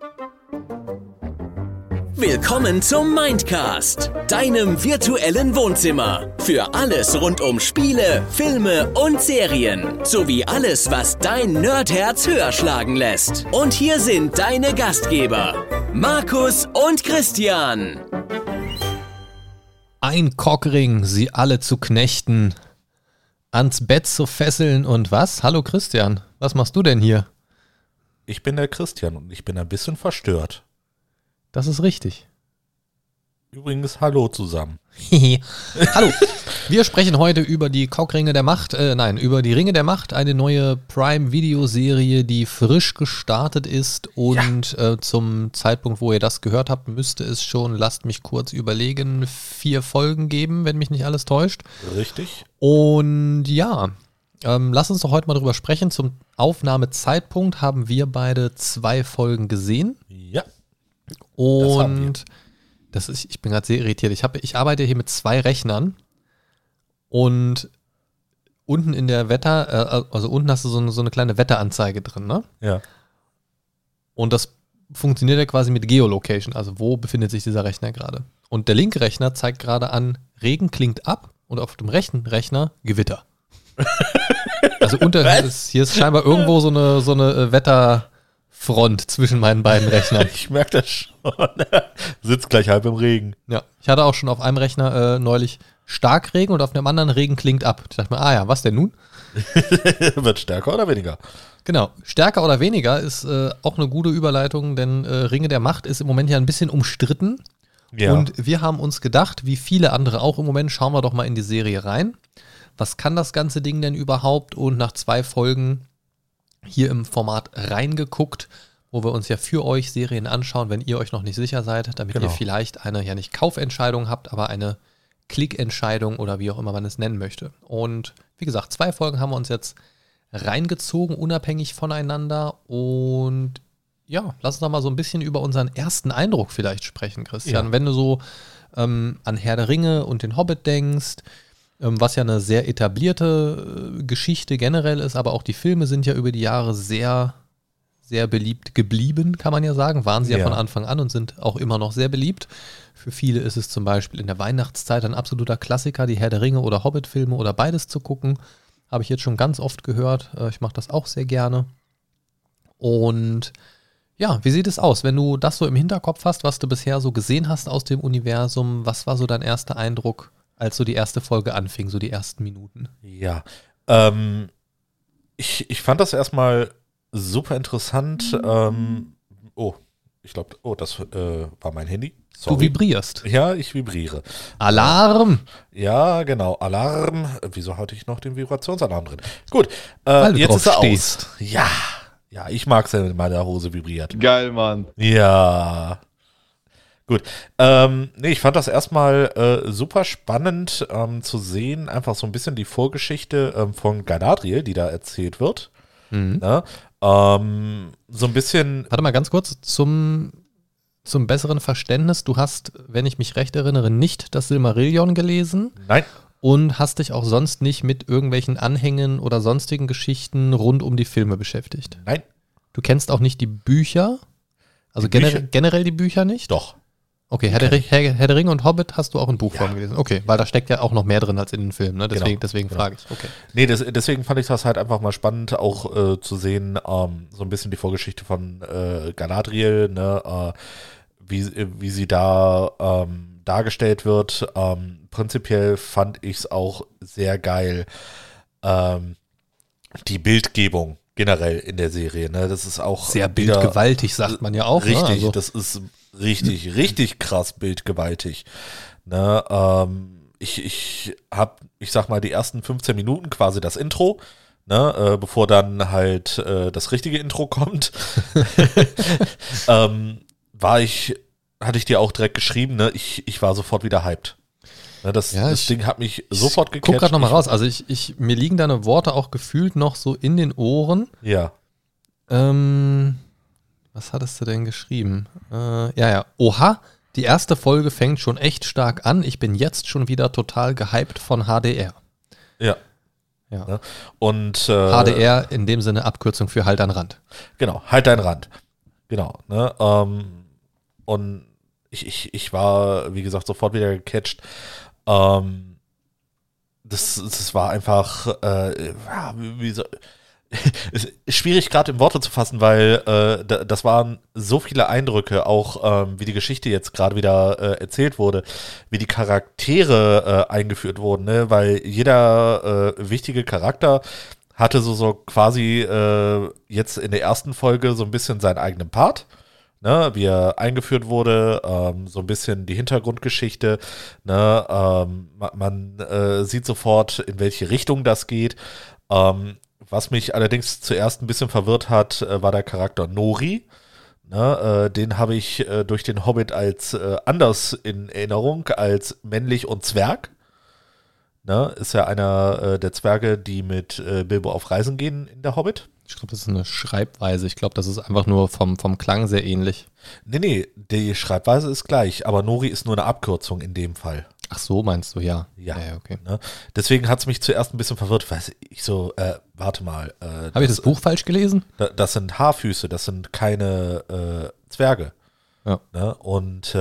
Willkommen zum Mindcast, deinem virtuellen Wohnzimmer. Für alles rund um Spiele, Filme und Serien. Sowie alles, was dein Nerdherz höher schlagen lässt. Und hier sind deine Gastgeber, Markus und Christian. Ein Cockring, sie alle zu knechten, ans Bett zu fesseln und was? Hallo Christian, was machst du denn hier? Ich bin der Christian und ich bin ein bisschen verstört. Das ist richtig. Übrigens, hallo zusammen. Hallo, wir sprechen heute über die Cockringe der Macht, über die Ringe der Macht, eine neue Prime-Video-Serie, die frisch gestartet ist und zum Zeitpunkt, wo ihr das gehört habt, müsste es schon, lasst mich kurz überlegen, 4 Folgen geben, wenn mich nicht alles täuscht. Richtig. Und ja, lass uns doch heute mal drüber sprechen. Zum Aufnahmezeitpunkt haben wir beide 2 Folgen gesehen. Ja. Und ich bin gerade sehr irritiert. Ich arbeite hier mit 2 Rechnern und unten in der unten hast du so eine kleine Wetteranzeige drin, ne? Ja. Und das funktioniert ja quasi mit Geolocation, also wo befindet sich dieser Rechner gerade. Und der linke Rechner zeigt gerade an, Regen klingt ab und auf dem rechten Rechner Gewitter. Also hier ist scheinbar irgendwo so eine Wetterfront zwischen meinen beiden Rechnern. Ich merke das schon. Sitzt gleich halb im Regen. Ja, ich hatte auch schon auf einem Rechner neulich Starkregen und auf dem anderen Regen klingt ab. Ich dachte mir, was denn nun? Wird stärker oder weniger? Genau, stärker oder weniger ist auch eine gute Überleitung, denn Ringe der Macht ist im Moment ja ein bisschen umstritten. Ja. Und wir haben uns gedacht, wie viele andere auch im Moment, schauen wir doch mal in die Serie rein. Was kann das ganze Ding denn überhaupt? Und nach 2 Folgen hier im Format reingeguckt, wo wir uns ja für euch Serien anschauen, wenn ihr euch noch nicht sicher seid, damit ihr vielleicht eine, ja nicht Kaufentscheidung habt, aber eine Klickentscheidung oder wie auch immer man es nennen möchte. Und wie gesagt, 2 Folgen haben wir uns jetzt reingezogen, unabhängig voneinander. Und ja, lass uns doch mal so ein bisschen über unseren ersten Eindruck vielleicht sprechen, Christian. Ja. Wenn du so an Herr der Ringe und den Hobbit denkst, was ja eine sehr etablierte Geschichte generell ist, aber auch die Filme sind ja über die Jahre sehr, sehr beliebt geblieben, kann man ja sagen. Waren sie ja von Anfang an und sind auch immer noch sehr beliebt. Für viele ist es zum Beispiel in der Weihnachtszeit ein absoluter Klassiker, die Herr der Ringe oder Hobbit-Filme oder beides zu gucken. Habe ich jetzt schon ganz oft gehört. Ich mache das auch sehr gerne. Und ja, wie sieht es aus, wenn du das so im Hinterkopf hast, was du bisher so gesehen hast aus dem Universum? Was war so dein erster Eindruck, als so die erste Folge anfing, so die ersten Minuten? Ja, ich fand das erstmal super interessant. Ich glaube, das war mein Handy. Sorry. Du vibrierst. Ja, ich vibriere. Alarm! Ja, genau, Alarm. Wieso hatte ich noch den Vibrationsalarm drin? Gut, weil du jetzt drauf ist er stehst. aus. Ja, ich mag es, wenn meine Hose vibriert. Geil, Mann. Ja. Gut. Ich fand das erstmal super spannend zu sehen, einfach so ein bisschen die Vorgeschichte von Galadriel, die da erzählt wird. Mhm. Ne? So ein bisschen. Warte mal ganz kurz, zum besseren Verständnis, du hast, wenn ich mich recht erinnere, nicht das Silmarillion gelesen. Nein. Und hast dich auch sonst nicht mit irgendwelchen Anhängen oder sonstigen Geschichten rund um die Filme beschäftigt. Nein. Du kennst auch nicht die Bücher? Also generell die Bücher nicht? Doch. Okay, Herr der Ringe und Hobbit hast du auch in Buchform gelesen. Okay, weil da steckt ja auch noch mehr drin als in den Filmen, ne? Deswegen frage ich. Okay. Nee, deswegen fand ich das halt einfach mal spannend, auch zu sehen, so ein bisschen die Vorgeschichte von Galadriel, ne? Wie sie da dargestellt wird. Prinzipiell fand ich es auch sehr geil, die Bildgebung generell in der Serie, ne? Das ist auch sehr bildgewaltig, sagt man ja auch. Richtig, ne? Also das ist richtig krass bildgewaltig. Ne? Ich sag mal, die ersten 15 Minuten quasi das Intro, ne? Bevor dann halt das richtige Intro kommt, hatte ich dir auch direkt geschrieben, ne? Ich war sofort wieder hyped. Ne, das Ding hat mich sofort gecatcht. Ich guck gerade nochmal raus, also mir liegen deine Worte auch gefühlt noch so in den Ohren. Ja. Was hattest du denn geschrieben? Oha, die erste Folge fängt schon echt stark an. Ich bin jetzt schon wieder total gehypt von HDR. Ja. Ja. Und HDR in dem Sinne Abkürzung für Halt an Rand. Genau, Halt dein Rand. Genau, ne? Und ich war, wie gesagt, sofort wieder gecatcht. Das war einfach, es ist schwierig gerade in Worte zu fassen, weil das waren so viele Eindrücke, auch wie die Geschichte jetzt gerade wieder erzählt wurde, wie die Charaktere eingeführt wurden, ne? Weil jeder wichtige Charakter hatte so quasi jetzt in der ersten Folge so ein bisschen seinen eigenen Part. Ne, wie er eingeführt wurde, so ein bisschen die Hintergrundgeschichte. Ne, man sieht sofort, in welche Richtung das geht. Was mich allerdings zuerst ein bisschen verwirrt hat, war der Charakter Nori. Ne, den habe ich durch den Hobbit als anders in Erinnerung, als männlich und Zwerg. Ne, ist ja einer der Zwerge, die mit Bilbo auf Reisen gehen in der Hobbit. Ich glaube, das ist eine Schreibweise. Ich glaube, das ist einfach nur vom Klang sehr ähnlich. Nee, die Schreibweise ist gleich, aber Nori ist nur eine Abkürzung in dem Fall. Ach so, meinst du, ja. Ja, okay. Ne? Deswegen hat es mich zuerst ein bisschen verwirrt, weil ich so, warte mal. Habe ich das Buch falsch gelesen? Das sind Haarfüße, das sind keine Zwerge. Ja. Ne? Und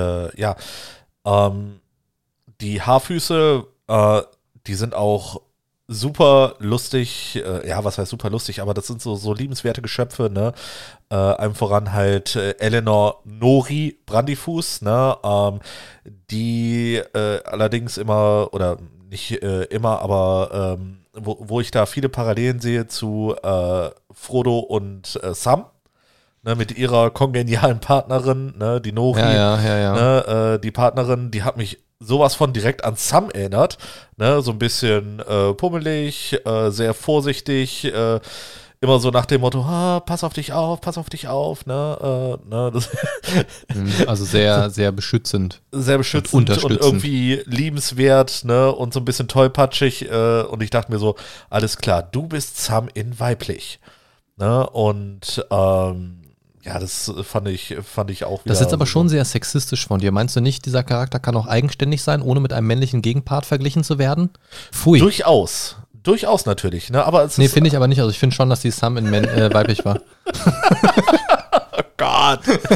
die Haarfüße, die sind auch super lustig, was heißt super lustig, aber das sind so liebenswerte Geschöpfe, ne? Einem voran halt Eleanor Nori Brandyfuß, ne? Die allerdings immer, oder nicht immer, aber wo ich da viele Parallelen sehe zu Frodo und Sam. Ne, mit ihrer kongenialen Partnerin, ne, die Nori, Ja. ne, die Partnerin, die hat mich sowas von direkt an Sam erinnert, ne, so ein bisschen pummelig, sehr vorsichtig, immer so nach dem Motto, pass auf dich auf, ne, das Also sehr, sehr beschützend. sehr beschützend und irgendwie liebenswert, ne, und so ein bisschen tollpatschig, und ich dachte mir so, alles klar, du bist Sam in weiblich, ne, und das fand ich auch wieder. Das ist jetzt aber schon sehr sexistisch von dir. Meinst du nicht, dieser Charakter kann auch eigenständig sein, ohne mit einem männlichen Gegenpart verglichen zu werden? Pfui. Durchaus natürlich, ne? Aber es finde ich aber nicht. Also ich finde schon, dass die Sam in weiblich war. Oh Gott.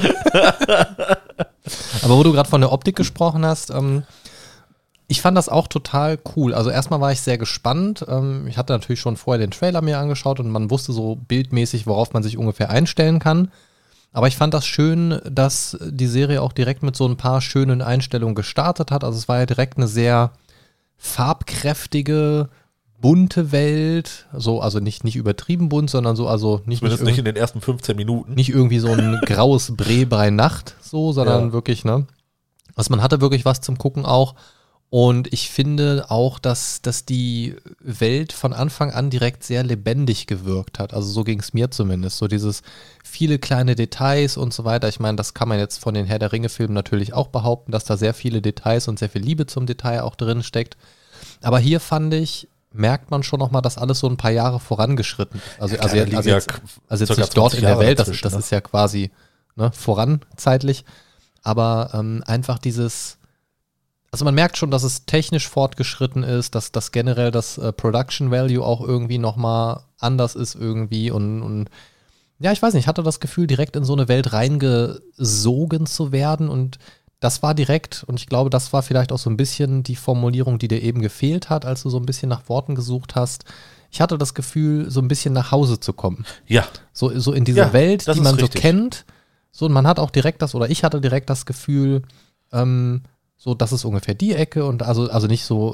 Aber wo du gerade von der Optik gesprochen hast, ich fand das auch total cool. Also erstmal war ich sehr gespannt. Ich hatte natürlich schon vorher den Trailer mir angeschaut und man wusste so bildmäßig, worauf man sich ungefähr einstellen kann. Aber ich fand das schön, dass die Serie auch direkt mit so ein paar schönen Einstellungen gestartet hat. Also es war ja direkt eine sehr farbkräftige, bunte Welt. Also nicht übertrieben bunt, sondern so, also nicht in den ersten 15 Minuten. Nicht irgendwie so ein graues Brei bei Nacht, so, sondern wirklich, ne? Also man hatte wirklich was zum Gucken auch. Und ich finde auch, dass die Welt von Anfang an direkt sehr lebendig gewirkt hat. Also so ging es mir zumindest. So dieses viele kleine Details und so weiter. Ich meine, das kann man jetzt von den Herr der Ringe-Filmen natürlich auch behaupten, dass da sehr viele Details und sehr viel Liebe zum Detail auch drin steckt. Aber hier fand ich, merkt man schon nochmal, dass alles so ein paar Jahre vorangeschritten ist. Also jetzt nicht dort in der Welt, das ist ja quasi voran zeitlich. Aber einfach dieses... Also man merkt schon, dass es technisch fortgeschritten ist, dass das generell das Production Value auch irgendwie nochmal anders ist irgendwie und ja, ich weiß nicht, ich hatte das Gefühl, direkt in so eine Welt reingesogen zu werden und das war direkt und ich glaube, das war vielleicht auch so ein bisschen die Formulierung, die dir eben gefehlt hat, als du so ein bisschen nach Worten gesucht hast. Ich hatte das Gefühl, so ein bisschen nach Hause zu kommen. Ja. So in diese Welt, die man so kennt. So, und man hat auch direkt ich hatte direkt das Gefühl, so, das ist ungefähr die Ecke und also nicht so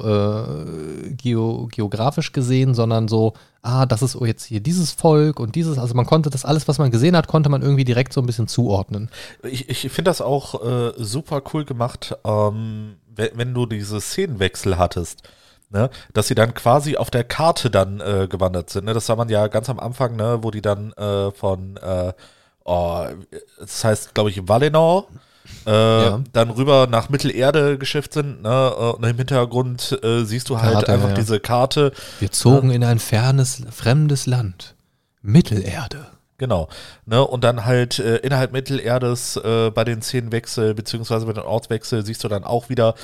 geografisch gesehen, sondern so, das ist jetzt hier dieses Volk und dieses, also man konnte das alles, was man gesehen hat, konnte man irgendwie direkt so ein bisschen zuordnen. Ich finde das auch super cool gemacht, wenn du diese Szenenwechsel hattest, ne, dass sie dann quasi auf der Karte dann gewandert sind, ne, das sah man ja ganz am Anfang, ne, wo die dann das heißt, glaube ich, Valinor, dann rüber nach Mittelerde geschifft sind, ne? Und im Hintergrund siehst du halt einfach diese Karte. Wir zogen in ein fremdes Land. Mittelerde. Genau. Ne? Und dann halt innerhalb Mittelerdes bei den Szenenwechsel beziehungsweise bei den Ortswechsel siehst du dann auch wieder,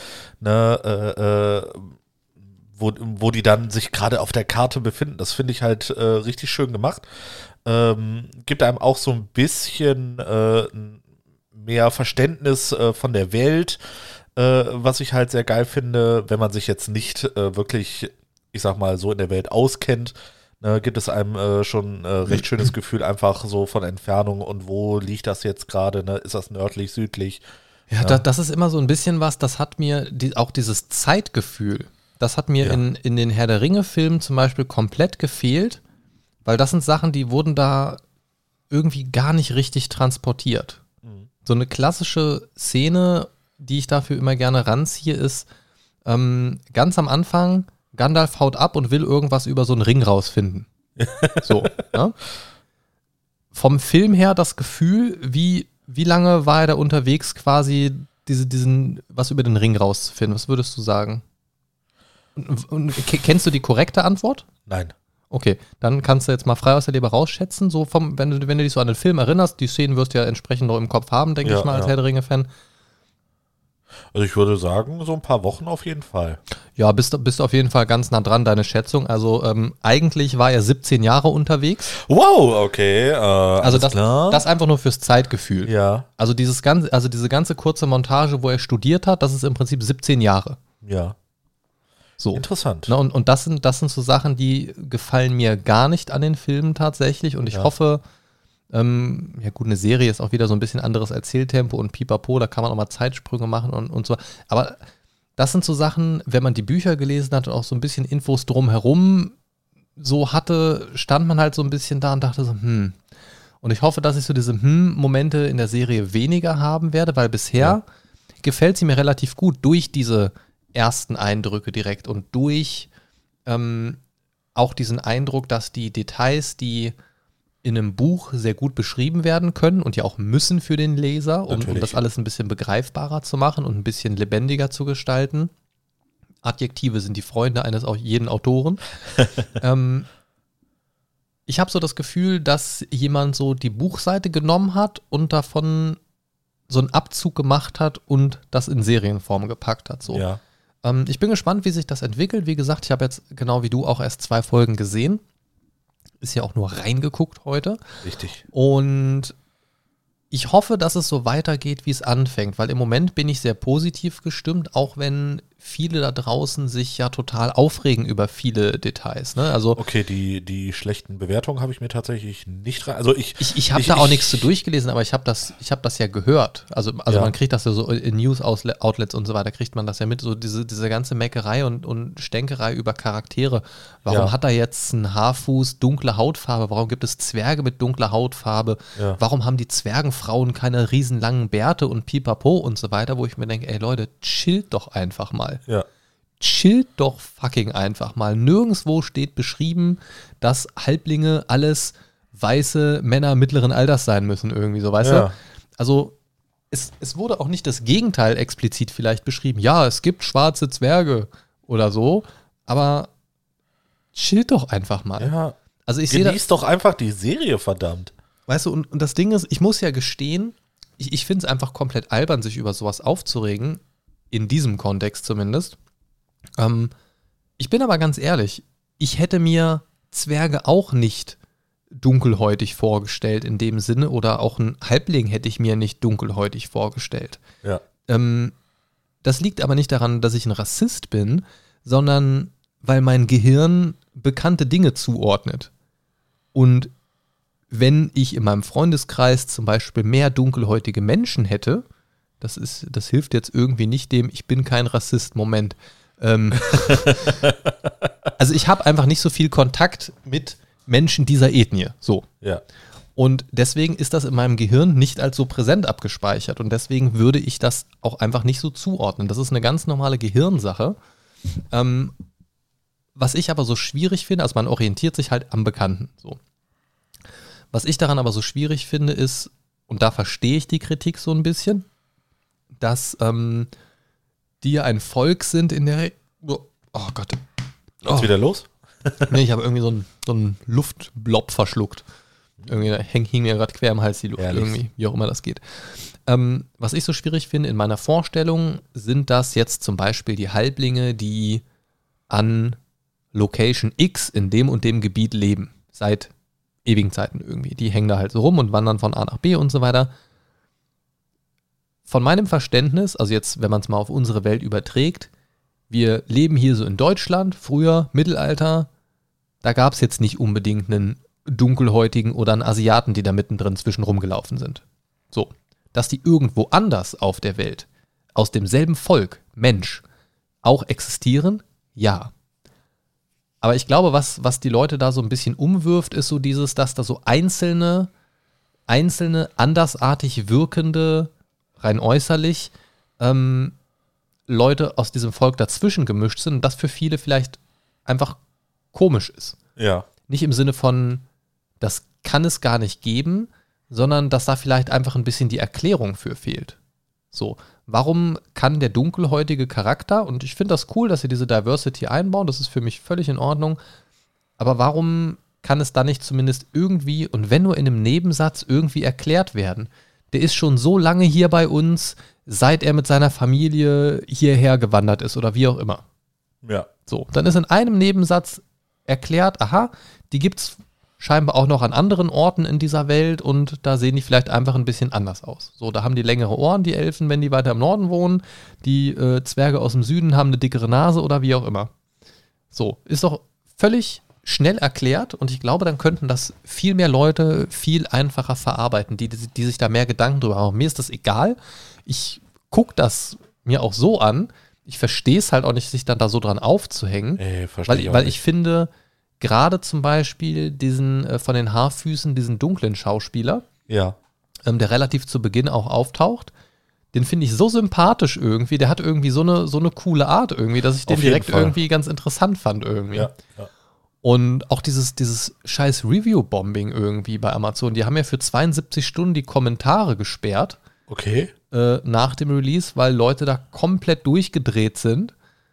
ne, wo die dann sich gerade auf der Karte befinden. Das finde ich halt richtig schön gemacht. gibt einem auch so ein bisschen mehr Verständnis von der Welt, was ich halt sehr geil finde, wenn man sich jetzt nicht wirklich, ich sag mal, so in der Welt auskennt, gibt es einem schon recht schönes Gefühl, einfach so von Entfernung und wo liegt das jetzt gerade, ne? Ist das nördlich, südlich? Ja, das ist immer so ein bisschen was, das hat mir auch dieses Zeitgefühl, das hat mir in den Herr der Ringe-Filmen zum Beispiel komplett gefehlt, weil das sind Sachen, die wurden da irgendwie gar nicht richtig transportiert. So eine klassische Szene, die ich dafür immer gerne ranziehe, ist ganz am Anfang, Gandalf haut ab und will irgendwas über so einen Ring rausfinden. So, ne? Vom Film her das Gefühl, wie lange war er da unterwegs, quasi diesen was über den Ring rauszufinden? Was würdest du sagen? Und kennst du die korrekte Antwort? Nein. Okay, dann kannst du jetzt mal frei aus der Leber rausschätzen, so wenn du dich so an den Film erinnerst, die Szenen wirst du ja entsprechend noch im Kopf haben, denke ich mal, als Herr der Ringe-Fan. Also ich würde sagen, so ein paar Wochen auf jeden Fall. Ja, bist du auf jeden Fall ganz nah dran, deine Schätzung. Also eigentlich war er 17 Jahre unterwegs. Wow, okay. Also das einfach nur fürs Zeitgefühl. Ja. Also diese ganze kurze Montage, wo er studiert hat, das ist im Prinzip 17 Jahre. Ja. So. Interessant. Na, und das sind so Sachen, die gefallen mir gar nicht an den Filmen tatsächlich. Und ich hoffe, ja gut, eine Serie ist auch wieder so ein bisschen anderes Erzähltempo und pipapo, da kann man auch mal Zeitsprünge machen und so. Aber das sind so Sachen, wenn man die Bücher gelesen hat und auch so ein bisschen Infos drumherum so hatte, stand man halt so ein bisschen da und dachte so, Und ich hoffe, dass ich so diese Momente in der Serie weniger haben werde, weil bisher gefällt sie mir relativ gut durch diese ersten Eindrücke direkt und durch auch diesen Eindruck, dass die Details, die in einem Buch sehr gut beschrieben werden können und ja auch müssen für den Leser, um das alles ein bisschen begreifbarer zu machen und ein bisschen lebendiger zu gestalten. Adjektive sind die Freunde eines jeden Autoren. Ich habe so das Gefühl, dass jemand so die Buchseite genommen hat und davon so einen Abzug gemacht hat und das in Serienform gepackt hat. So. Ja. Ich bin gespannt, wie sich das entwickelt. Wie gesagt, ich habe jetzt genau wie du auch erst 2 Folgen gesehen. Ist ja auch nur reingeguckt heute. Richtig. Und ich hoffe, dass es so weitergeht, wie es anfängt, weil im Moment bin ich sehr positiv gestimmt, auch wenn viele da draußen sich ja total aufregen über viele Details. Ne? Also okay, die schlechten Bewertungen habe ich mir tatsächlich nicht rein. Also ich habe da auch nichts zu durchgelesen, aber ich habe das ja gehört. Also man kriegt das ja so in News-Outlets und so weiter, kriegt man das ja mit, so diese ganze Meckerei und Stänkerei über Charaktere. Warum hat er jetzt einen Haarfuß, dunkle Hautfarbe? Warum gibt es Zwerge mit dunkler Hautfarbe? Ja. Warum haben die Zwergenfrauen keine riesenlangen Bärte und pipapo und so weiter, wo ich mir denke, ey Leute, chillt doch einfach mal. Ja. Chillt doch fucking einfach mal. Nirgendwo steht beschrieben, dass Halblinge alles weiße Männer mittleren Alters sein müssen, irgendwie so, weißt du? Also, es wurde auch nicht das Gegenteil explizit vielleicht beschrieben. Ja, es gibt schwarze Zwerge oder so, aber chillt doch einfach mal. Ja. Also genieß doch einfach die Serie, verdammt. Weißt du, und das Ding ist, ich muss ja gestehen, ich finde es einfach komplett albern, sich über sowas aufzuregen, in diesem Kontext zumindest. Ich bin aber ganz ehrlich, ich hätte mir Zwerge auch nicht dunkelhäutig vorgestellt in dem Sinne oder auch einen Halbling hätte ich mir nicht dunkelhäutig vorgestellt. Ja. Das liegt aber nicht daran, dass ich ein Rassist bin, sondern weil mein Gehirn bekannte Dinge zuordnet. Und wenn ich in meinem Freundeskreis zum Beispiel mehr dunkelhäutige Menschen hätte, das hilft jetzt irgendwie nicht dem, ich bin kein Rassist, Moment. Also ich habe einfach nicht so viel Kontakt mit Menschen dieser Ethnie, so. Ja. Und deswegen ist das in meinem Gehirn nicht als so präsent abgespeichert und deswegen würde ich das auch einfach nicht so zuordnen. Das ist eine ganz normale Gehirnsache. Was ich aber so schwierig finde, also man orientiert sich halt am Bekannten, so. Was ich daran aber so schwierig finde ist, und da verstehe ich die Kritik so ein bisschen, dass die ja ein Volk sind in der... Oh Gott. Geht's wieder los? Nee, ich habe irgendwie so einen Luftblob verschluckt. Irgendwie hing mir gerade quer im Hals die Luft. Ehrlich? Irgendwie, wie auch immer das geht. Was ich so schwierig finde in meiner Vorstellung, sind das jetzt zum Beispiel die Halblinge, die an Location X in dem und dem Gebiet leben. Seit ewigen Zeiten irgendwie. Die hängen da halt so rum und wandern von A nach B und so weiter. Von meinem Verständnis, also jetzt, wenn man es mal auf unsere Welt überträgt, wir leben hier so in Deutschland, früher, Mittelalter, da gab es jetzt nicht unbedingt einen Dunkelhäutigen oder einen Asiaten, die da mittendrin zwischen rumgelaufen sind. So, dass die irgendwo anders auf der Welt, aus demselben Volk, Mensch, auch existieren, ja. Aber ich glaube, was die Leute da so ein bisschen umwirft, ist so dieses, dass da so einzelne andersartig wirkende, rein äußerlich, Leute aus diesem Volk dazwischen gemischt sind und das für viele vielleicht einfach komisch ist. Ja. Nicht im Sinne von, das kann es gar nicht geben, sondern dass da vielleicht einfach ein bisschen die Erklärung für fehlt. So, warum kann der dunkelhäutige Charakter, und ich finde das cool, dass sie diese Diversity einbauen, das ist für mich völlig in Ordnung, aber warum kann es da nicht zumindest irgendwie, und wenn nur in einem Nebensatz, irgendwie erklärt werden? Der ist schon so lange hier bei uns, seit er mit seiner Familie hierher gewandert ist oder wie auch immer. Ja. So, dann ist in einem Nebensatz erklärt, aha, die gibt's scheinbar auch noch an anderen Orten in dieser Welt und da sehen die vielleicht einfach ein bisschen anders aus. So, da haben die längere Ohren, die Elfen, wenn die weiter im Norden wohnen, die Zwerge aus dem Süden haben eine dickere Nase oder wie auch immer. So, ist doch völlig schnell erklärt und ich glaube, dann könnten das viel mehr Leute viel einfacher verarbeiten, die sich da mehr Gedanken drüber haben. Mir ist das egal, ich gucke das mir auch so an, ich verstehe es halt auch nicht, sich dann da so dran aufzuhängen, weil ich finde, gerade zum Beispiel diesen von den Haarfüßen, diesen dunklen Schauspieler, ja. Der relativ zu Beginn auch auftaucht, den finde ich so sympathisch irgendwie, der hat irgendwie so eine coole Art irgendwie, dass ich den direkt irgendwie ganz interessant fand irgendwie. Ja, ja. Und auch dieses scheiß Review-Bombing irgendwie bei Amazon, die haben ja für 72 Stunden die Kommentare gesperrt. Okay. Nach dem Release, weil Leute da komplett durchgedreht sind.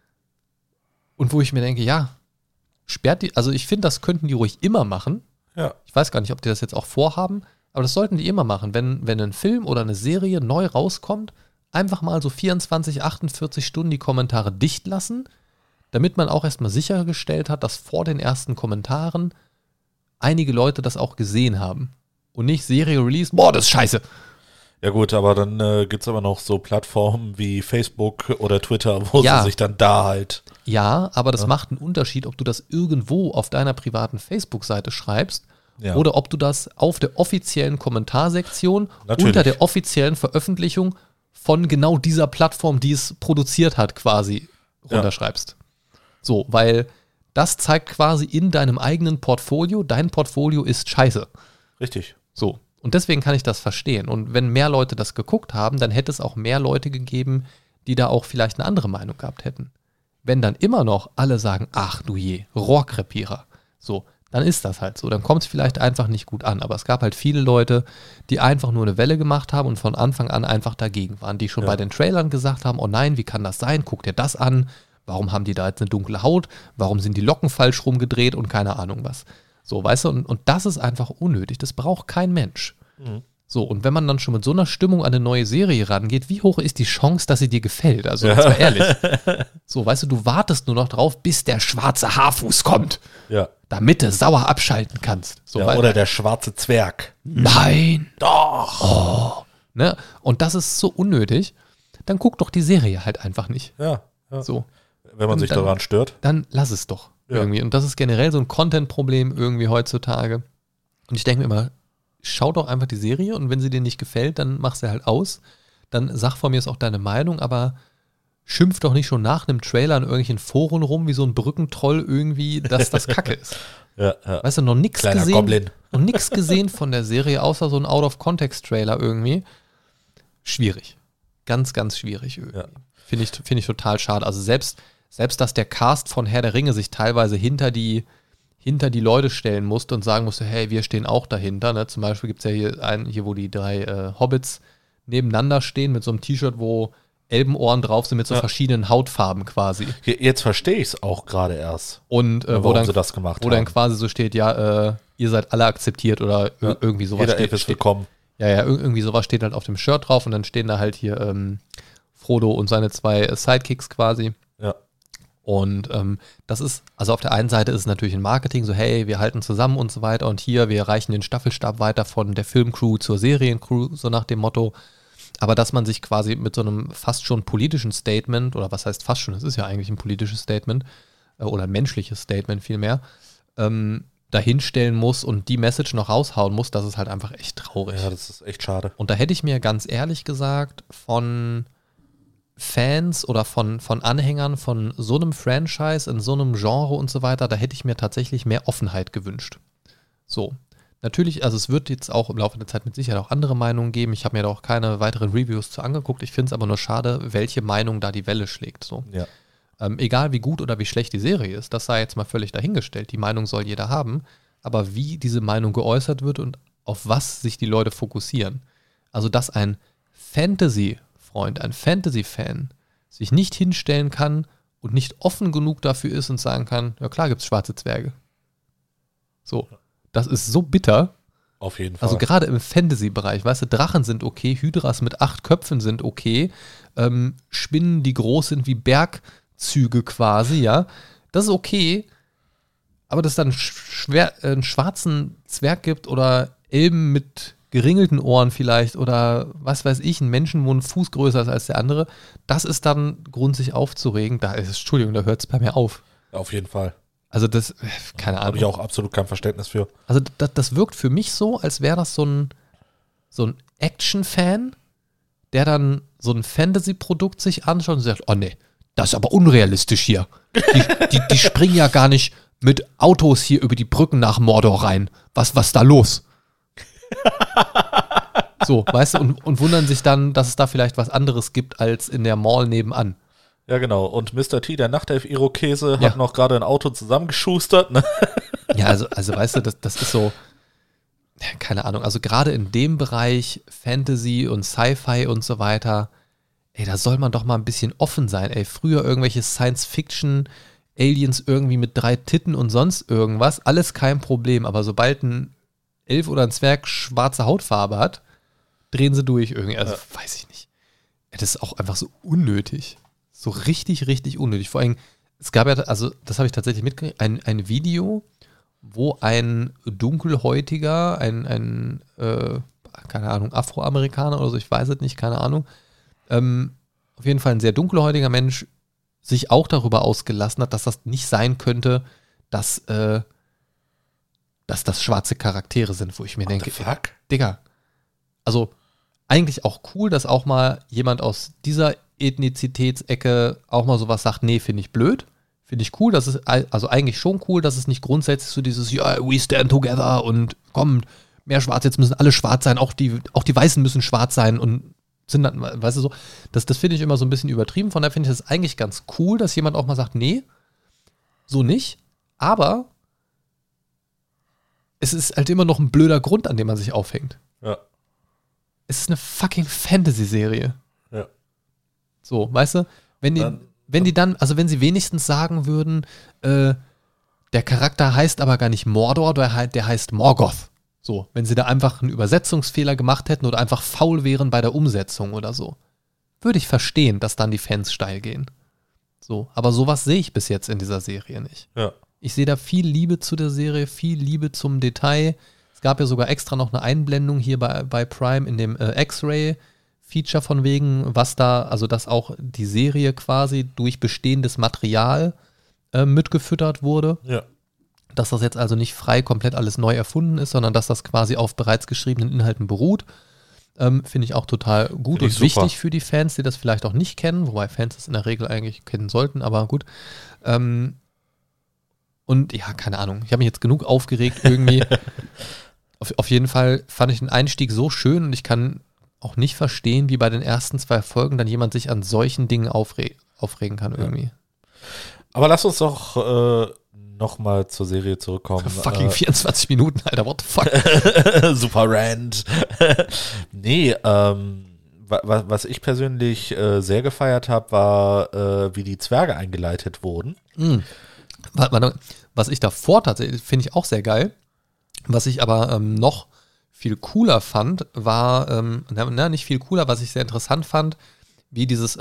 Und wo ich mir denke, ja, sperrt die, also ich finde, das könnten die ruhig immer machen. Ja. Ich weiß gar nicht, ob die das jetzt auch vorhaben, aber das sollten die immer machen. Wenn ein Film oder eine Serie neu rauskommt, einfach mal so 24, 48 Stunden die Kommentare dicht lassen, damit man auch erstmal sichergestellt hat, dass vor den ersten Kommentaren einige Leute das auch gesehen haben. Und nicht Serie Release, boah, das ist scheiße. Ja gut, aber dann gibt es aber noch so Plattformen wie Facebook oder Twitter, wo sie sich dann da halt... Ja, aber das macht einen Unterschied, ob du das irgendwo auf deiner privaten Facebook-Seite schreibst oder ob du das auf der offiziellen Kommentarsektion unter der offiziellen Veröffentlichung von genau dieser Plattform, die es produziert hat, quasi runterschreibst. So, weil das zeigt quasi in deinem eigenen Portfolio, dein Portfolio ist scheiße. Richtig. So. Und deswegen kann ich das verstehen. Und wenn mehr Leute das geguckt haben, dann hätte es auch mehr Leute gegeben, die da auch vielleicht eine andere Meinung gehabt hätten. Wenn dann immer noch alle sagen, ach du je, Rohrkrepierer, so, dann ist das halt so. Dann kommt es vielleicht einfach nicht gut an. Aber es gab halt viele Leute, die einfach nur eine Welle gemacht haben und von Anfang an einfach dagegen waren, die schon bei den Trailern gesagt haben, oh nein, wie kann das sein? Guck dir das an. Warum haben die da jetzt eine dunkle Haut? Warum sind die Locken falsch rumgedreht und keine Ahnung was? So, weißt du, und das ist einfach unnötig. Das braucht kein Mensch. Mhm. So, und wenn man dann schon mit so einer Stimmung an eine neue Serie rangeht, wie hoch ist die Chance, dass sie dir gefällt? Also, jetzt mal ehrlich. So, weißt du, du wartest nur noch drauf, bis der schwarze Haarfuß kommt. Ja. Damit du sauer abschalten kannst. So, oder der schwarze Zwerg. Nein. Doch. Oh. Ne? Und das ist so unnötig. Dann guck doch die Serie halt einfach nicht. Ja. So. Wenn man sich daran stört. Dann lass es doch irgendwie. Und das ist generell so ein Content-Problem irgendwie heutzutage. Und ich denke mir immer, schau doch einfach die Serie und wenn sie dir nicht gefällt, dann mach sie halt aus. Dann sag von mir ist auch deine Meinung, aber schimpf doch nicht schon nach einem Trailer in irgendwelchen Foren rum, wie so ein Brückentroll irgendwie, dass das Kacke ist. Weißt du, noch nichts gesehen. Goblin. Noch nichts gesehen von der Serie, außer so ein Out-of-Context-Trailer irgendwie. Schwierig. Ganz, ganz schwierig irgendwie. Ja. Finde ich total schade. Also selbst, dass der Cast von Herr der Ringe sich teilweise hinter die Leute stellen musste und sagen musste, hey, wir stehen auch dahinter. Ne? Zum Beispiel gibt es ja hier, wo die 3 Hobbits nebeneinander stehen mit so einem T-Shirt, wo Elbenohren drauf sind mit so verschiedenen Hautfarben quasi. Jetzt verstehe ich es auch gerade erst. Und warum sie das gemacht haben. Wo dann quasi so steht, ihr seid alle akzeptiert oder irgendwie sowas. Jeder Elf ist willkommen. Ja, irgendwie sowas steht halt auf dem Shirt drauf und dann stehen da halt hier Frodo und seine 2 Sidekicks quasi. Ja. Und das ist, also auf der einen Seite ist es natürlich ein Marketing, so hey, wir halten zusammen und so weiter und hier, wir reichen den Staffelstab weiter von der Filmcrew zur Seriencrew, so nach dem Motto. Aber dass man sich quasi mit so einem fast schon politischen Statement, oder was heißt fast schon, es ist ja eigentlich ein politisches Statement, oder ein menschliches Statement vielmehr, dahinstellen muss und die Message noch raushauen muss, das ist halt einfach echt traurig. Ja, das ist echt schade. Und da hätte ich mir ganz ehrlich gesagt von Fans oder von Anhängern von so einem Franchise in so einem Genre und so weiter, da hätte ich mir tatsächlich mehr Offenheit gewünscht. So. Natürlich, also es wird jetzt auch im Laufe der Zeit mit Sicherheit auch andere Meinungen geben. Ich habe mir da auch keine weiteren Reviews zu angeguckt. Ich finde es aber nur schade, welche Meinung da die Welle schlägt. So. Ja. Egal wie gut oder wie schlecht die Serie ist, das sei jetzt mal völlig dahingestellt. Die Meinung soll jeder haben. Aber wie diese Meinung geäußert wird und auf was sich die Leute fokussieren. Also dass ein Fantasy-Freund, ein Fantasy-Fan sich nicht hinstellen kann und nicht offen genug dafür ist und sagen kann, ja klar gibt's schwarze Zwerge. So, das ist so bitter. Auf jeden Fall. Also gerade im Fantasy-Bereich, weißt du, Drachen sind okay, Hydras mit 8 Köpfen sind okay, Spinnen, die groß sind wie Bergzüge quasi, ja, das ist okay, aber dass es dann einen schwarzen Zwerg gibt oder Elben mit geringelten Ohren vielleicht oder was weiß ich, ein Menschen, wo ein Fuß größer ist als der andere, das ist dann Grund, sich aufzuregen. Entschuldigung, da hört es bei mir auf. Auf jeden Fall. Also das, keine Ahnung. Habe ich auch absolut kein Verständnis für. Also das wirkt für mich so, als wäre das so ein Action-Fan, der dann so ein Fantasy-Produkt sich anschaut und sagt, oh nee, das ist aber unrealistisch hier. Die springen ja gar nicht mit Autos hier über die Brücken nach Mordor rein. Was ist da los? So, weißt du, und wundern sich dann, dass es da vielleicht was anderes gibt als in der Mall nebenan. Ja, genau. Und Mr. T, der Nachtelf-Irokese, hat noch gerade ein Auto zusammengeschustert. Ne? Ja, also weißt du, das ist so, keine Ahnung, also gerade in dem Bereich Fantasy und Sci-Fi und so weiter, ey, da soll man doch mal ein bisschen offen sein, ey. Früher irgendwelche Science-Fiction-Aliens irgendwie mit 3 Titten und sonst irgendwas, alles kein Problem, aber sobald ein Elf oder ein Zwerg schwarze Hautfarbe hat, drehen sie durch irgendwie, also weiß ich nicht. Das ist auch einfach so unnötig. So richtig, richtig unnötig. Vor allem, es gab ja, also das habe ich tatsächlich mitgekriegt, ein Video, wo ein dunkelhäutiger, keine Ahnung, Afroamerikaner oder so, ich weiß es nicht, keine Ahnung, auf jeden Fall ein sehr dunkelhäutiger Mensch sich auch darüber ausgelassen hat, dass das nicht sein könnte, dass das schwarze Charaktere sind, wo ich mir denke, fuck? Digga, also eigentlich auch cool, dass auch mal jemand aus dieser Ethnizitätsecke auch mal sowas sagt, nee, finde ich blöd. Finde ich cool, dass es, also eigentlich schon cool, dass es nicht grundsätzlich so dieses, ja, we stand together und komm, mehr schwarz, jetzt müssen alle schwarz sein, auch die Weißen müssen schwarz sein und sind dann, weißt du so, das finde ich immer so ein bisschen übertrieben, von daher finde ich das eigentlich ganz cool, dass jemand auch mal sagt, nee, so nicht, aber es ist halt immer noch ein blöder Grund, an dem man sich aufhängt. Ja. Es ist eine fucking Fantasy-Serie. Ja. So, weißt du, wenn sie wenigstens sagen würden, der Charakter heißt aber gar nicht Mordor, der heißt Morgoth. So, wenn sie da einfach einen Übersetzungsfehler gemacht hätten oder einfach faul wären bei der Umsetzung oder so, würde ich verstehen, dass dann die Fans steil gehen. So, aber sowas sehe ich bis jetzt in dieser Serie nicht. Ja. Ich sehe da viel Liebe zu der Serie, viel Liebe zum Detail. Es gab ja sogar extra noch eine Einblendung hier bei Prime in dem X-Ray-Feature von wegen, was da, also dass auch die Serie quasi durch bestehendes Material mitgefüttert wurde. Ja. Dass das jetzt also nicht frei komplett alles neu erfunden ist, sondern dass das quasi auf bereits geschriebenen Inhalten beruht. Finde ich auch total gut und wichtig für die Fans, die das vielleicht auch nicht kennen, wobei Fans das in der Regel eigentlich kennen sollten, aber gut. Und ja, keine Ahnung, ich habe mich jetzt genug aufgeregt irgendwie. Auf jeden Fall fand ich den Einstieg so schön und ich kann auch nicht verstehen, wie bei den ersten 2 Folgen dann jemand sich an solchen Dingen aufregen kann irgendwie. Ja. Aber lass uns doch nochmal zur Serie zurückkommen. Fucking 24 Minuten, Alter, what the fuck? Super Rant. Nee, was ich persönlich sehr gefeiert habe, war, wie die Zwerge eingeleitet wurden. Was ich davor tatsächlich, finde ich auch sehr geil, was ich aber noch viel cooler fand, war, nicht viel cooler, was ich sehr interessant fand, wie dieses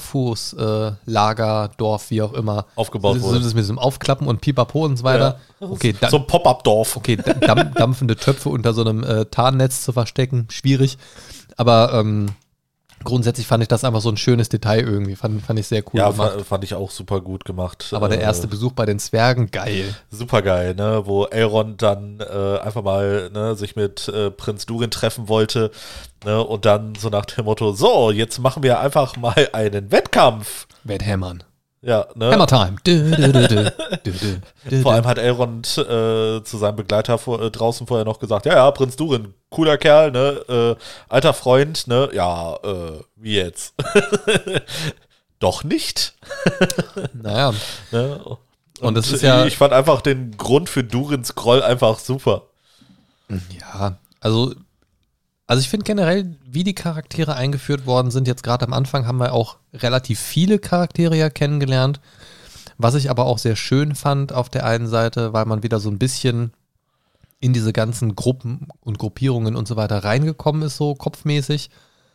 Haarfuß-Lagerdorf, wie auch immer, aufgebaut wurde. Das mit diesem Aufklappen und Pipapo und so weiter. Ja. Okay, so ein Pop-Up-Dorf. Okay, dampfende Töpfe unter so einem Tarnnetz zu verstecken, schwierig. Aber grundsätzlich fand ich das einfach so ein schönes Detail irgendwie. Fand ich sehr cool gemacht. Ja, fand ich auch super gut gemacht. Aber der erste Besuch bei den Zwergen, geil. Super geil, ne? Wo Elrond dann einfach mal sich mit Prinz Durin treffen wollte, ne? Und dann so nach dem Motto, so, jetzt machen wir einfach mal einen Wettkampf. Wetthämmern. Ja, ne? Hammer Time. Vor allem hat Elrond zu seinem Begleiter draußen vorher noch gesagt, ja, Prinz Durin, cooler Kerl, ne, alter Freund, ne, ja, wie jetzt? Doch nicht. Naja. Ne? Und das ist ja, ich fand einfach den Grund für Durins Groll einfach super. Ja, also ich finde generell, wie die Charaktere eingeführt worden sind, jetzt gerade am Anfang haben wir auch relativ viele Charaktere ja kennengelernt, was ich aber auch sehr schön fand auf der einen Seite, weil man wieder so ein bisschen in diese ganzen Gruppen und Gruppierungen und so weiter reingekommen ist, so kopfmäßig.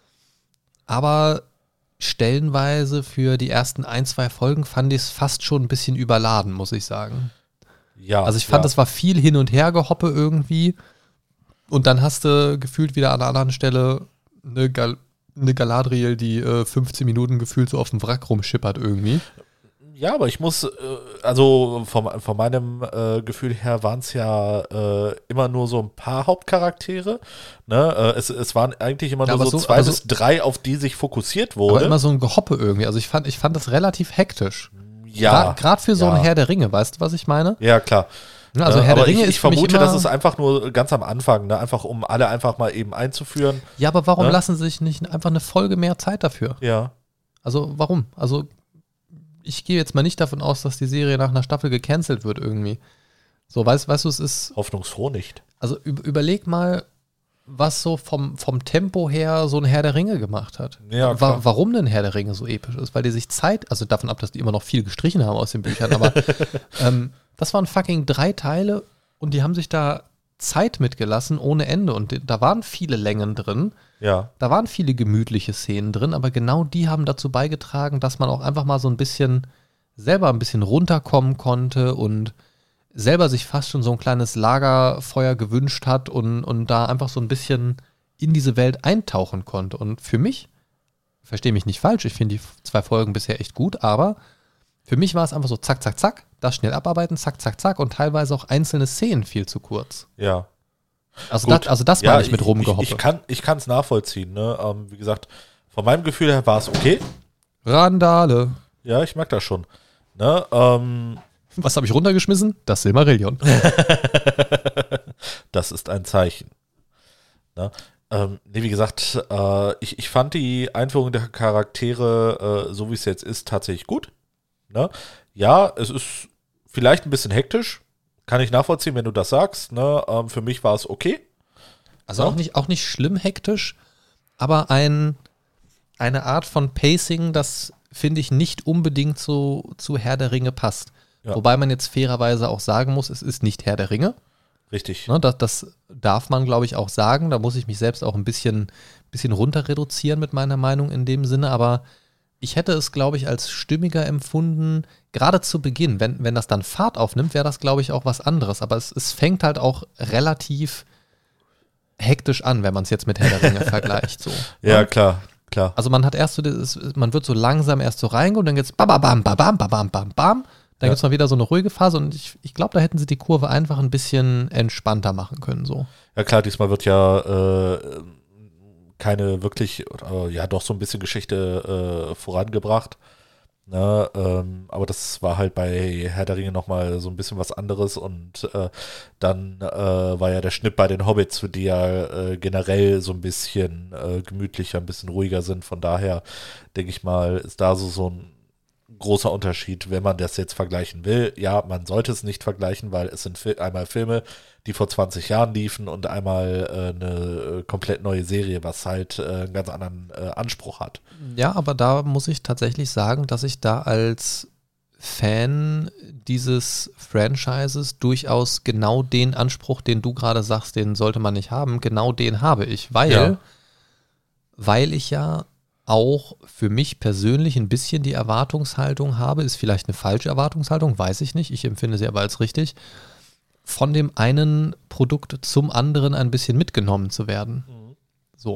Aber stellenweise für die ersten 1-2 Folgen fand ich es fast schon ein bisschen überladen, muss ich sagen. Ja. Also ich fand, es war viel hin und her gehoppe irgendwie. Und dann hast du gefühlt wieder an einer anderen Stelle eine Galadriel, die 15 Minuten gefühlt so auf dem Wrack rumschippert irgendwie. Ja, aber ich muss, also von meinem Gefühl her waren es ja immer nur so ein paar Hauptcharaktere. Ne? Es waren eigentlich immer nur so 2 bis 3, auf die sich fokussiert wurde. Aber immer so ein Gehoppe irgendwie. Also ich fand das relativ hektisch. Ja. Gerade für so ein Herr der Ringe, weißt du, was ich meine? Ja, klar. Also Herr der Ringe ist ich vermute, das ist einfach nur ganz am Anfang, ne? Einfach um alle einfach mal eben einzuführen. Ja, aber warum lassen sie sich nicht einfach eine Folge mehr Zeit dafür? Ja. Also warum? Also ich gehe jetzt mal nicht davon aus, dass die Serie nach einer Staffel gecancelt wird irgendwie. So, weißt du, es ist... Hoffnungsfroh nicht. Also überleg mal, was so vom Tempo her so ein Herr der Ringe gemacht hat. Ja, klar. Warum denn Herr der Ringe so episch ist? Weil die sich Zeit, also davon ab, dass die immer noch viel gestrichen haben aus den Büchern, aber das waren fucking 3 Teile und die haben sich da Zeit mitgelassen ohne Ende und da waren viele Längen drin. Ja. Da waren viele gemütliche Szenen drin, aber genau die haben dazu beigetragen, dass man auch einfach mal so ein bisschen selber ein bisschen runterkommen konnte und selber sich fast schon so ein kleines Lagerfeuer gewünscht hat und da einfach so ein bisschen in diese Welt eintauchen konnte. Und für mich, verstehe mich nicht falsch, ich finde die 2 Folgen bisher echt gut, aber für mich war es einfach so zack, zack, zack, das schnell abarbeiten, zack, zack, zack und teilweise auch einzelne Szenen viel zu kurz. Ja. Also das meine ich mit rumgehoppe. Ich kann es nachvollziehen. Ne? Wie gesagt, von meinem Gefühl her war es okay. Randale. Ja, ich mag das schon. Ne? Was habe ich runtergeschmissen? Das Silmarillion. Das ist ein Zeichen. Ne? Wie gesagt, ich fand die Einführung der Charaktere, so wie es jetzt ist, tatsächlich gut. Ne? Ja, es ist vielleicht ein bisschen hektisch. Kann ich nachvollziehen, wenn du das sagst. Ne? Für mich war es okay. Also auch nicht schlimm hektisch, aber eine Art von Pacing, das finde ich nicht unbedingt so zu Herr der Ringe passt. Ja. Wobei man jetzt fairerweise auch sagen muss, es ist nicht Herr der Ringe. Richtig. Ne, das darf man, glaube ich, auch sagen. Da muss ich mich selbst auch ein bisschen runter reduzieren mit meiner Meinung in dem Sinne. Aber ich hätte es, glaube ich, als stimmiger empfunden, gerade zu Beginn. Wenn das dann Fahrt aufnimmt, wäre das, glaube ich, auch was anderes. Aber es fängt halt auch relativ hektisch an, wenn man es jetzt mit Herr der Ringe vergleicht. So, ja, ne? klar. Also man hat erst so, man wird so langsam erst so reingehen und dann geht's bam, bam, bam, bam, bam, bam, bam, bam. Dann gibt es mal wieder so eine ruhige Phase und ich glaube, da hätten sie die Kurve einfach ein bisschen entspannter machen können. So. Ja klar, diesmal wird ja keine wirklich, ja doch so ein bisschen Geschichte vorangebracht. Ne? Aber das war halt bei Herr der Ringe nochmal so ein bisschen was anderes und dann war ja der Schnitt bei den Hobbits, für die ja generell so ein bisschen gemütlicher, ein bisschen ruhiger sind. Von daher denke ich mal, ist da so ein großer Unterschied, wenn man das jetzt vergleichen will. Ja, man sollte es nicht vergleichen, weil es sind einmal Filme, die vor 20 Jahren liefen und einmal eine komplett neue Serie, was halt einen ganz anderen Anspruch hat. Ja, aber da muss ich tatsächlich sagen, dass ich da als Fan dieses Franchises durchaus genau den Anspruch, den du gerade sagst, den sollte man nicht haben, genau den habe ich, weil ich ja auch für mich persönlich ein bisschen die Erwartungshaltung habe, ist vielleicht eine falsche Erwartungshaltung, weiß ich nicht, ich empfinde sie aber als richtig, von dem einen Produkt zum anderen ein bisschen mitgenommen zu werden. So.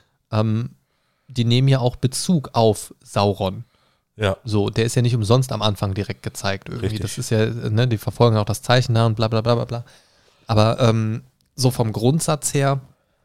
Die nehmen ja auch Bezug auf Sauron. Ja. So, der ist ja nicht umsonst am Anfang direkt gezeigt irgendwie. Richtig. Das ist ja, ne, die verfolgen auch das Zeichen da und bla bla bla bla bla. Aber so vom Grundsatz her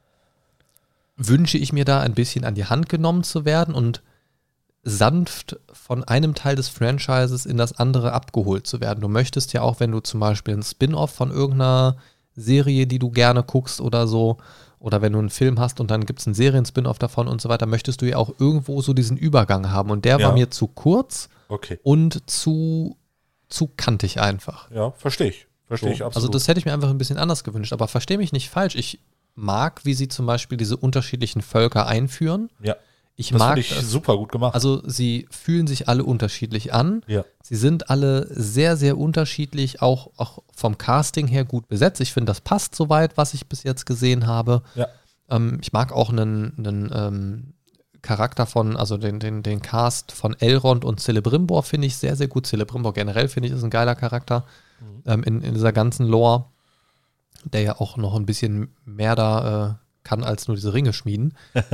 wünsche ich mir da ein bisschen an die Hand genommen zu werden und sanft von einem Teil des Franchises in das andere abgeholt zu werden. Du möchtest ja auch, wenn du zum Beispiel ein Spin-off von irgendeiner Serie, die du gerne guckst oder so, oder wenn du einen Film hast und dann gibt es einen Serien-Spin-off davon und so weiter, möchtest du ja auch irgendwo so diesen Übergang haben. Und der war mir zu kurz und zu kantig einfach. Ja, verstehe ich. Verstehe ich absolut. Also das hätte ich mir einfach ein bisschen anders gewünscht. Aber verstehe mich nicht falsch. Ich mag, wie sie zum Beispiel diese unterschiedlichen Völker einführen. Ja. Das finde ich super gut gemacht. Also sie fühlen sich alle unterschiedlich an. Ja. Sie sind alle sehr, sehr unterschiedlich, auch vom Casting her gut besetzt. Ich finde, das passt soweit, was ich bis jetzt gesehen habe. Ja. Ich mag auch einen Charakter also den Cast von Elrond und Celebrimbor finde ich sehr, sehr gut. Celebrimbor generell finde ich ist ein geiler Charakter in dieser ganzen Lore, der ja auch noch ein bisschen mehr da kann als nur diese Ringe schmieden.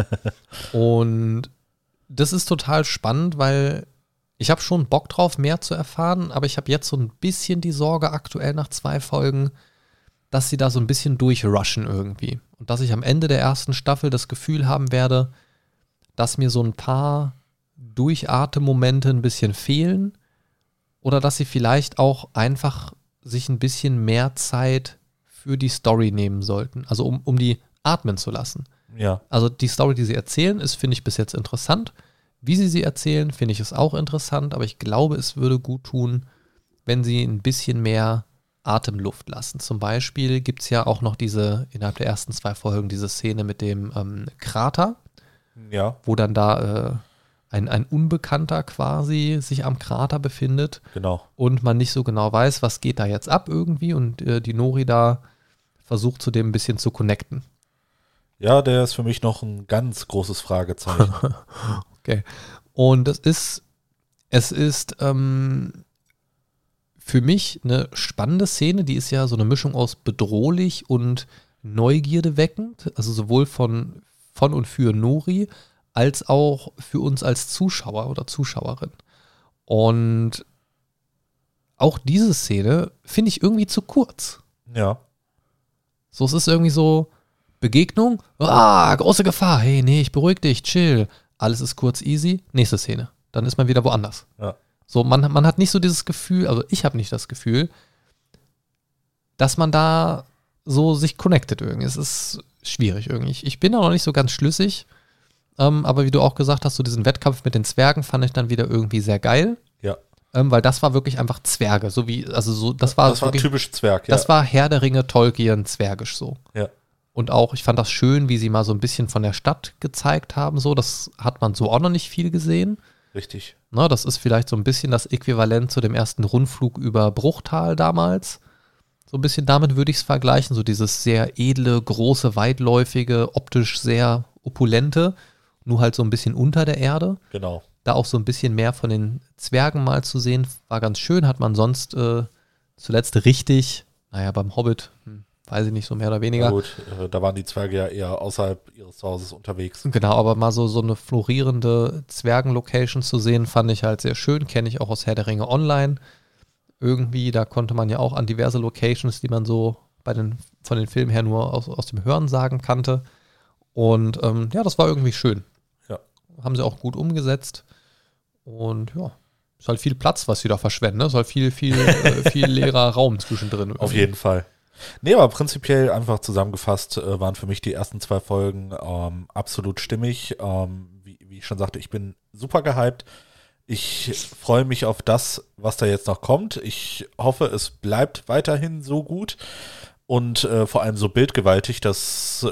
Und das ist total spannend, weil ich habe schon Bock drauf, mehr zu erfahren, aber ich habe jetzt so ein bisschen die Sorge aktuell nach 2 Folgen, dass sie da so ein bisschen durchrushen irgendwie. Und dass ich am Ende der ersten Staffel das Gefühl haben werde, dass mir so ein paar Durchatmen-Momente ein bisschen fehlen oder dass sie vielleicht auch einfach sich ein bisschen mehr Zeit für die Story nehmen sollten. Also um die atmen zu lassen. Ja. Also die Story, die sie erzählen, ist, finde ich, bis jetzt interessant. Wie sie erzählen, finde ich es auch interessant, aber ich glaube, es würde gut tun, wenn sie ein bisschen mehr Atemluft lassen. Zum Beispiel gibt es ja auch noch innerhalb der ersten 2 Folgen, diese Szene mit dem Krater, wo dann da ein Unbekannter quasi sich am Krater befindet. Genau. Und man nicht so genau weiß, was geht da jetzt ab irgendwie und die Nori da versucht, zu dem ein bisschen zu connecten. Ja, der ist für mich noch ein ganz großes Fragezeichen. Okay. Und es ist für mich eine spannende Szene, die ist ja so eine Mischung aus bedrohlich und Neugierde weckend, also sowohl von und für Nori, als auch für uns als Zuschauer oder Zuschauerin. Und auch diese Szene finde ich irgendwie zu kurz. Ja. So, es ist irgendwie so, Begegnung, große Gefahr, hey, nee, ich beruhig dich, chill. Alles ist kurz, easy, nächste Szene. Dann ist man wieder woanders. Ja. So, man hat nicht so dieses Gefühl, also ich habe nicht das Gefühl, dass man da so sich connectet irgendwie. Es ist schwierig irgendwie. Ich bin da noch nicht so ganz schlüssig, aber wie du auch gesagt hast, so diesen Wettkampf mit den Zwergen fand ich dann wieder irgendwie sehr geil. Ja. Weil das war wirklich einfach Zwerge, das war wirklich, typisch Zwerg, ja. Das war Herr der Ringe, Tolkien, zwergisch so. Ja. Und auch, ich fand das schön, wie sie mal so ein bisschen von der Stadt gezeigt haben, so, das hat man so auch noch nicht viel gesehen. Richtig. Na, das ist vielleicht so ein bisschen das Äquivalent zu dem ersten Rundflug über Bruchtal damals. So ein bisschen damit würde ich es vergleichen, so dieses sehr edle, große, weitläufige, optisch sehr opulente, nur halt so ein bisschen unter der Erde. Genau. Da auch so ein bisschen mehr von den Zwergen mal zu sehen, war ganz schön, hat man sonst zuletzt richtig, beim Hobbit, weiß ich nicht, so mehr oder weniger. Ja gut, da waren die Zwerge ja eher außerhalb ihres Zuhauses unterwegs. Genau, aber mal so eine florierende Zwergen-Location zu sehen, fand ich halt sehr schön, kenne ich auch aus Herr der Ringe Online. Irgendwie, da konnte man ja auch an diverse Locations, die man so von den Filmen her nur aus dem Hörensagen kannte. Und das war irgendwie schön. Ja. Haben sie auch gut umgesetzt. Und ja, ist halt viel Platz, was sie da verschwenden. Ne? Ist halt viel leerer Raum zwischendrin. Auf jeden Fall. Nee, aber prinzipiell einfach zusammengefasst waren für mich die ersten 2 Folgen absolut stimmig. Wie ich schon sagte, ich bin super gehypt. Ich freue mich auf das, was da jetzt noch kommt. Ich hoffe, es bleibt weiterhin so gut und vor allem so bildgewaltig. Das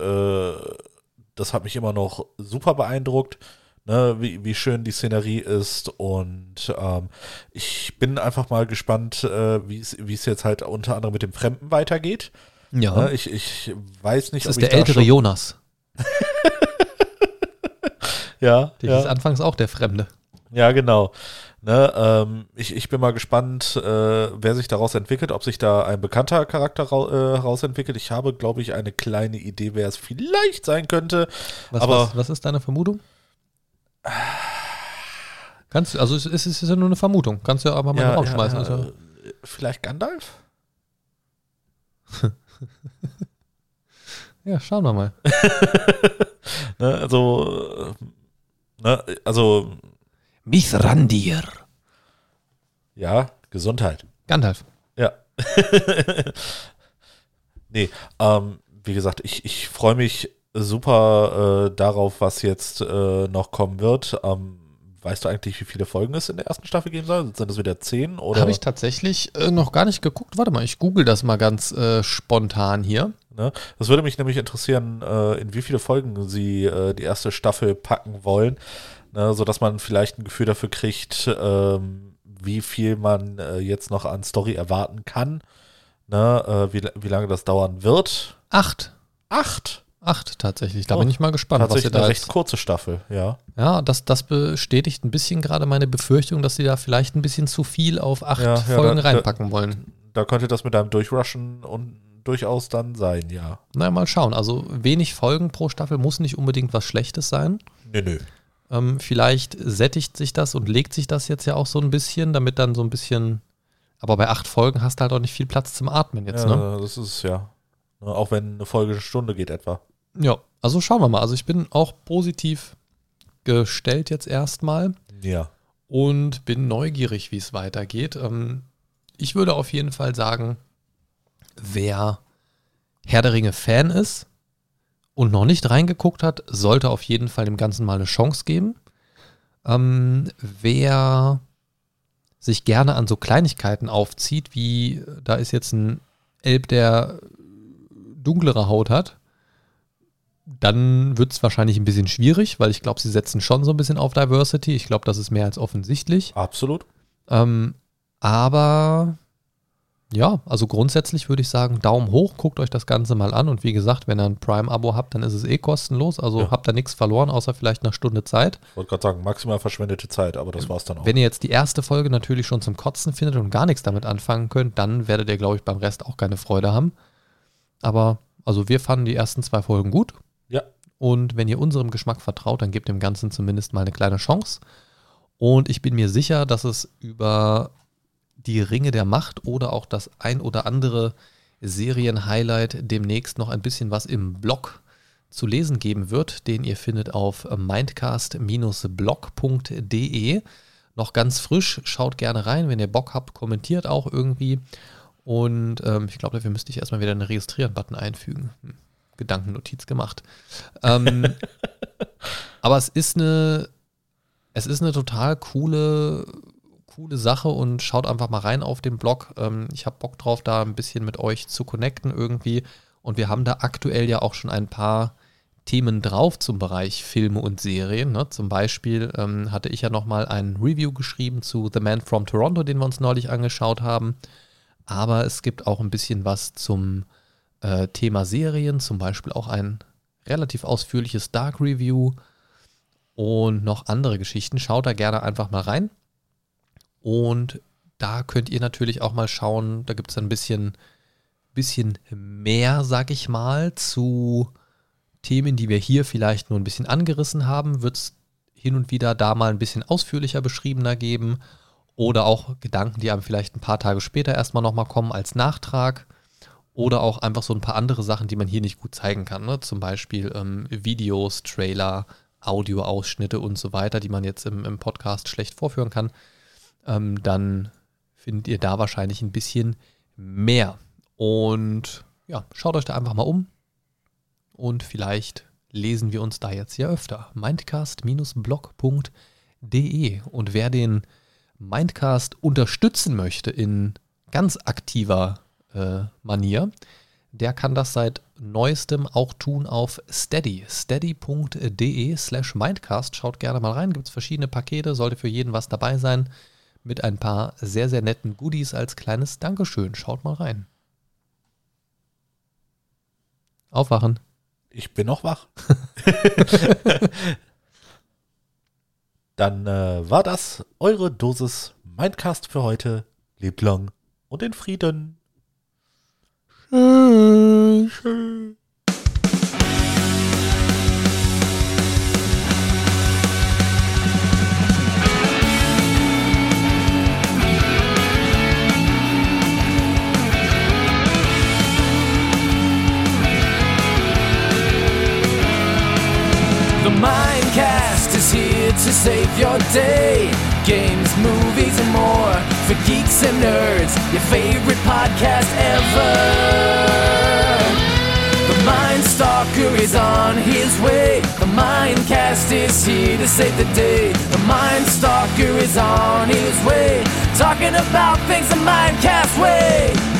hat mich immer noch super beeindruckt, ne, wie schön die Szenerie ist. Und ich bin einfach mal gespannt, wie es jetzt halt unter anderem mit dem Fremden weitergeht. Ja. Ne, ich weiß nicht, das ist der ältere Jonas. Ja. Der hieß anfangs auch der Fremde. Ja, genau. Ne, ich bin mal gespannt, wer sich daraus entwickelt, ob sich da ein bekannter Charakter rausentwickelt. Ich habe, glaube ich, eine kleine Idee, wer es vielleicht sein könnte. Was ist deine Vermutung? Also es ist ja nur eine Vermutung. Kannst du ja aber mal in den Raum schmeißen. Ja, vielleicht Gandalf? Ja, schauen wir mal. Also Mithrandir. Ja, Gesundheit. Gandalf. Ja. Nee, wie gesagt, ich freue mich super darauf, was jetzt noch kommen wird. Weißt du eigentlich, wie viele Folgen es in der ersten Staffel geben soll? Sind das wieder 10? Habe ich tatsächlich noch gar nicht geguckt. Warte mal, ich google das mal ganz spontan hier. Ne? Das würde mich nämlich interessieren, in wie viele Folgen sie die erste Staffel packen wollen, ne? Sodass man vielleicht ein Gefühl dafür kriegt, wie viel man jetzt noch an Story erwarten kann, ne? Wie lange das dauern wird. 8. 8? 8 tatsächlich. Da bin ich mal gespannt, was ihr da eine recht jetzt... kurze Staffel, ja. Ja, das bestätigt ein bisschen gerade meine Befürchtung, dass sie da vielleicht ein bisschen zu viel auf 8 Folgen reinpacken wollen. Da könnte das mit einem Durchrushen und durchaus dann sein, ja. Na, mal schauen. Also wenig Folgen pro Staffel muss nicht unbedingt was Schlechtes sein. Nö. Vielleicht sättigt sich das und legt sich das jetzt ja auch so ein bisschen, damit dann so ein bisschen... Aber bei 8 Folgen hast du halt auch nicht viel Platz zum Atmen jetzt, ja, ne? Das ist es ja. Auch wenn eine Folge eine Stunde geht etwa. Ja, also schauen wir mal. Also ich bin auch positiv gestellt jetzt erstmal. Ja. Und bin neugierig, wie es weitergeht. Ich würde auf jeden Fall sagen, wer Herr der Ringe Fan ist und noch nicht reingeguckt hat, sollte auf jeden Fall dem Ganzen mal eine Chance geben. Wer sich gerne an so Kleinigkeiten aufzieht, wie da ist jetzt ein Elb, der dunklere Haut hat, dann wird es wahrscheinlich ein bisschen schwierig, weil ich glaube, sie setzen schon so ein bisschen auf Diversity. Ich glaube, das ist mehr als offensichtlich. Absolut. Aber ja, also grundsätzlich würde ich sagen, Daumen hoch, guckt euch das Ganze mal an. Und wie gesagt, wenn ihr ein Prime-Abo habt, dann ist es eh kostenlos. Also habt da nichts verloren, außer vielleicht eine Stunde Zeit. Ich wollte gerade sagen, maximal verschwendete Zeit, aber das war's dann auch. Wenn ihr jetzt die erste Folge natürlich schon zum Kotzen findet und gar nichts damit anfangen könnt, dann werdet ihr, glaube ich, beim Rest auch keine Freude haben. Aber also wir fanden die ersten 2 Folgen gut. Ja. Und wenn ihr unserem Geschmack vertraut, dann gebt dem Ganzen zumindest mal eine kleine Chance. Und ich bin mir sicher, dass es über die Ringe der Macht oder auch das ein oder andere Serien-Highlight demnächst noch ein bisschen was im Blog zu lesen geben wird, den ihr findet auf mindcast-blog.de. Noch ganz frisch, schaut gerne rein, wenn ihr Bock habt, kommentiert auch irgendwie. Und ich glaube, dafür müsste ich erstmal wieder einen Registrieren-Button einfügen. Gedankennotiz gemacht. Aber es ist eine total coole Sache und schaut einfach mal rein auf den Blog. Ich habe Bock drauf, da ein bisschen mit euch zu connecten irgendwie. Und wir haben da aktuell ja auch schon ein paar Themen drauf zum Bereich Filme und Serien. Ne? Zum Beispiel hatte ich ja nochmal ein Review geschrieben zu The Man from Toronto, den wir uns neulich angeschaut haben. Aber es gibt auch ein bisschen was zum Thema Serien, zum Beispiel auch ein relativ ausführliches Dark Review und noch andere Geschichten. Schaut da gerne einfach mal rein. Und da könnt ihr natürlich auch mal schauen, da gibt es ein bisschen mehr, sag ich mal, zu Themen, die wir hier vielleicht nur ein bisschen angerissen haben, wird es hin und wieder da mal ein bisschen ausführlicher beschriebener geben oder auch Gedanken, die einem vielleicht ein paar Tage später erstmal nochmal kommen als Nachtrag oder auch einfach so ein paar andere Sachen, die man hier nicht gut zeigen kann, ne? Zum Beispiel Videos, Trailer, Audioausschnitte und so weiter, die man jetzt im Podcast schlecht vorführen kann. Dann findet ihr da wahrscheinlich ein bisschen mehr. Und ja, schaut euch da einfach mal um. Und vielleicht lesen wir uns da jetzt ja öfter. Mindcast-blog.de. Und wer den Mindcast unterstützen möchte in ganz aktiver Manier, der kann das seit neuestem auch tun auf Steady. steady.de/Mindcast. Schaut gerne mal rein. Gibt es verschiedene Pakete. Sollte für jeden was dabei sein. Mit ein paar sehr, sehr netten Goodies als kleines Dankeschön. Schaut mal rein. Aufwachen. Ich bin noch wach. dann war das eure Dosis Mindcast für heute. Lebt lang und in Frieden. Tschüss. The Mindcast is here to save your day. Games, movies, and more for geeks and nerds. Your favorite podcast ever. The Mindstalker is on his way. The Mindcast is here to save the day. The Mindstalker is on his way. Talking about things the Mindcast way.